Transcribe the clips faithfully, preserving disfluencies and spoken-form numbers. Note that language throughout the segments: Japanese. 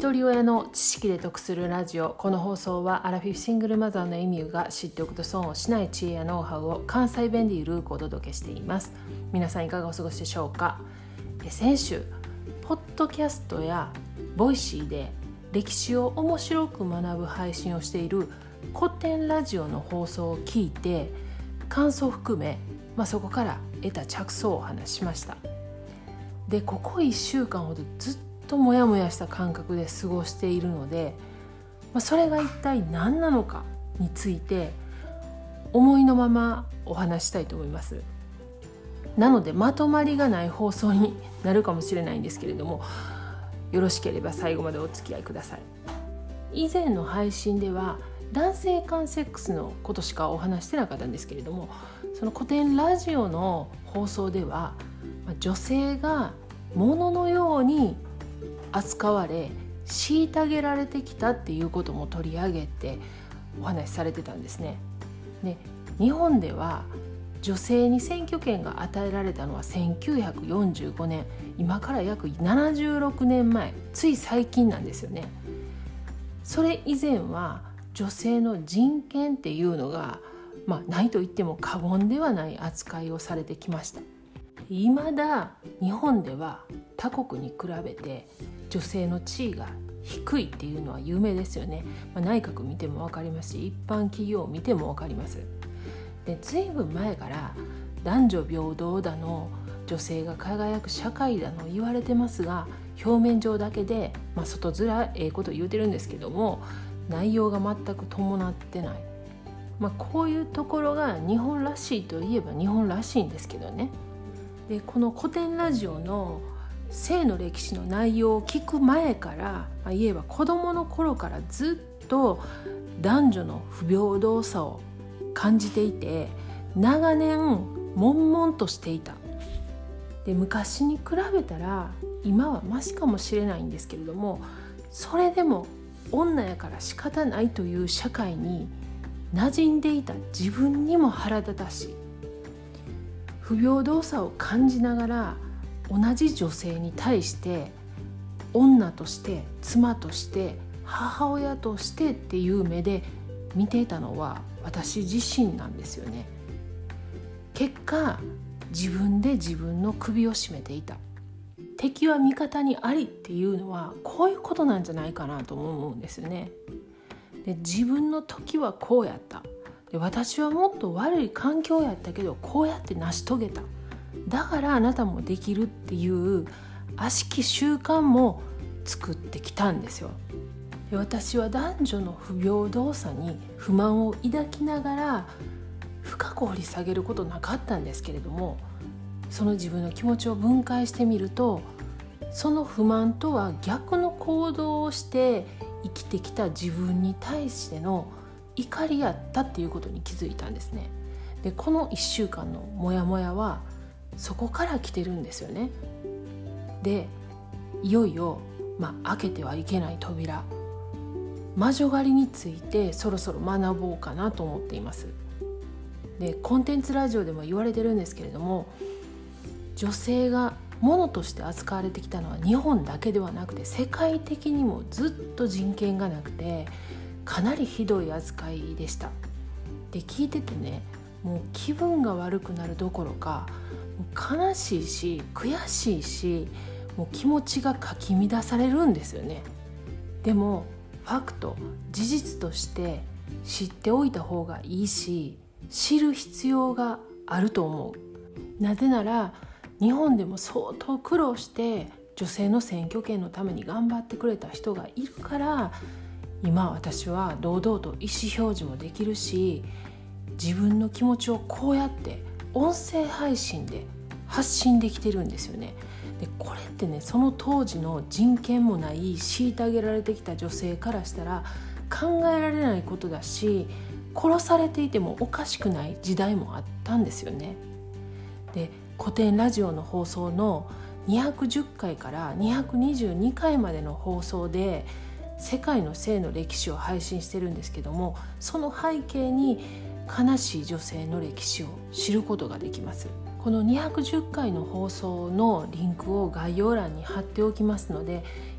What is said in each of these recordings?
一人親の知識で得するラジオ。この放送はアラフィフシングルマザーのエミューが知っておくと損をしない知恵やノウハウを関西弁でゆるくお届けしています。皆さんいかがお過ごしでしょうか。先週ポッドキャストやボイシーで歴史を面白く学ぶ配信をしている古典ラジオの放送を聞いて感想を含め、まあ、そこから得た着想をお話ししました。でここいっしゅうかんほどずっともやもやした感覚で過ごしているので、まあ、それが一体何なのかについて思いのままお話したいと思います。なのでまとまりがない放送になるかもしれないんですけれども、よろしければ最後までお付き合いください。以前の配信では男性間セックスのことしかお話してなかったんですけれども、その古典ラジオの放送では女性が物のように扱われ虐げられてきたっていうことも取り上げてお話しされてたんですね。で、日本では女性に選挙権が与えられたのはせんきゅうひゃくよんじゅうごねん、今から約ななじゅうろくねんまえ、つい最近なんですよね。それ以前は女性の人権っていうのが、まあ、ないと言っても過言ではない扱いをされてきました。未だ日本では他国に比べて女性の地位が低いっていうのは有名ですよね。まあ、内閣見ても分かりますし、一般企業を見ても分かります。で、ずいぶん前から男女平等だの女性が輝く社会だの言われてますが、表面上だけで、まあ、外面ええこと言うてるんですけども、内容が全く伴ってない、まあ、こういうところが日本らしいといえば日本らしいんですけどね。でこの古典ラジオの性の歴史の内容を聞く前から、まあ、言えば子どもの頃からずっと男女の不平等さを感じていて、長年悶々としていた。で昔に比べたら今はマシかもしれないんですけれども、それでも女やから仕方ないという社会に馴染んでいた自分にも腹立たしい。不平等さを感じながら同じ女性に対して女として妻として母親としてっていう目で見ていたのは私自身なんですよね。結果自分で自分の首を絞めていた。敵は味方にありっていうのはこういうことなんじゃないかなと思うんですよね。で自分の時はこうやった。で私はもっと悪い環境やったけどこうやって成し遂げた。だからあなたもできるっていう悪しき習慣も作ってきたんですよ。で私は男女の不平等さに不満を抱きながら深く掘り下げることなかったんですけれども、その自分の気持ちを分解してみると、その不満とは逆の行動をして生きてきた自分に対しての怒りやったっていうことに気づいたんですね。でこのいっしゅうかんのモヤモヤはそこから来てるんですよね。でいよいよ、まあ、開けてはいけない扉、魔女狩りについてそろそろ学ぼうかなと思っています。でコンテンツラジオでも言われてるんですけれども、女性が物として扱われてきたのは日本だけではなくて世界的にもずっと人権がなくてかなりひどい扱いでした。で聞いててね、もう気分が悪くなるどころかもう悲しいし悔しいし、もう気持ちがかき乱されるんですよね。でもファクト、事実として知っておいた方がいいし、知る必要があると思う。なぜなら日本でも相当苦労して女性の選挙権のために頑張ってくれた人がいるから、今私は堂々と意思表示もできるし、自分の気持ちをこうやって音声配信で発信できてるんですよね。でこれってね、その当時の人権もない虐げられてきた女性からしたら考えられないことだし、殺されていてもおかしくない時代もあったんですよね。で古典ラジオの放送のにひゃくじゅっかいからにひゃくにじゅうにかいまでの放送で世界の性の歴史を配信してるんですけども、その背景に悲しい女性の歴史を知ることができます。このにひゃくじゅっかいの放送のリンクを概要欄に貼っておきますので、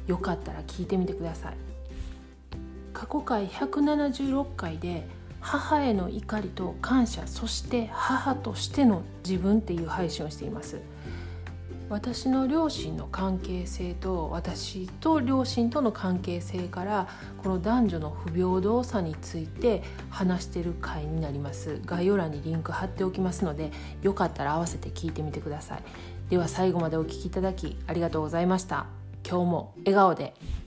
よかったら聞いてみてください。過去回ひゃくななじゅうろっかいで母への怒りと感謝、そして母としての自分っていう配信をしています。私の両親の関係性と私と両親との関係性からこの男女の不平等さについて話している回になります。概要欄にリンク貼っておきますので、よかったら合わせて聞いてみてください。では最後までお聞きいただきありがとうございました。今日も笑顔で。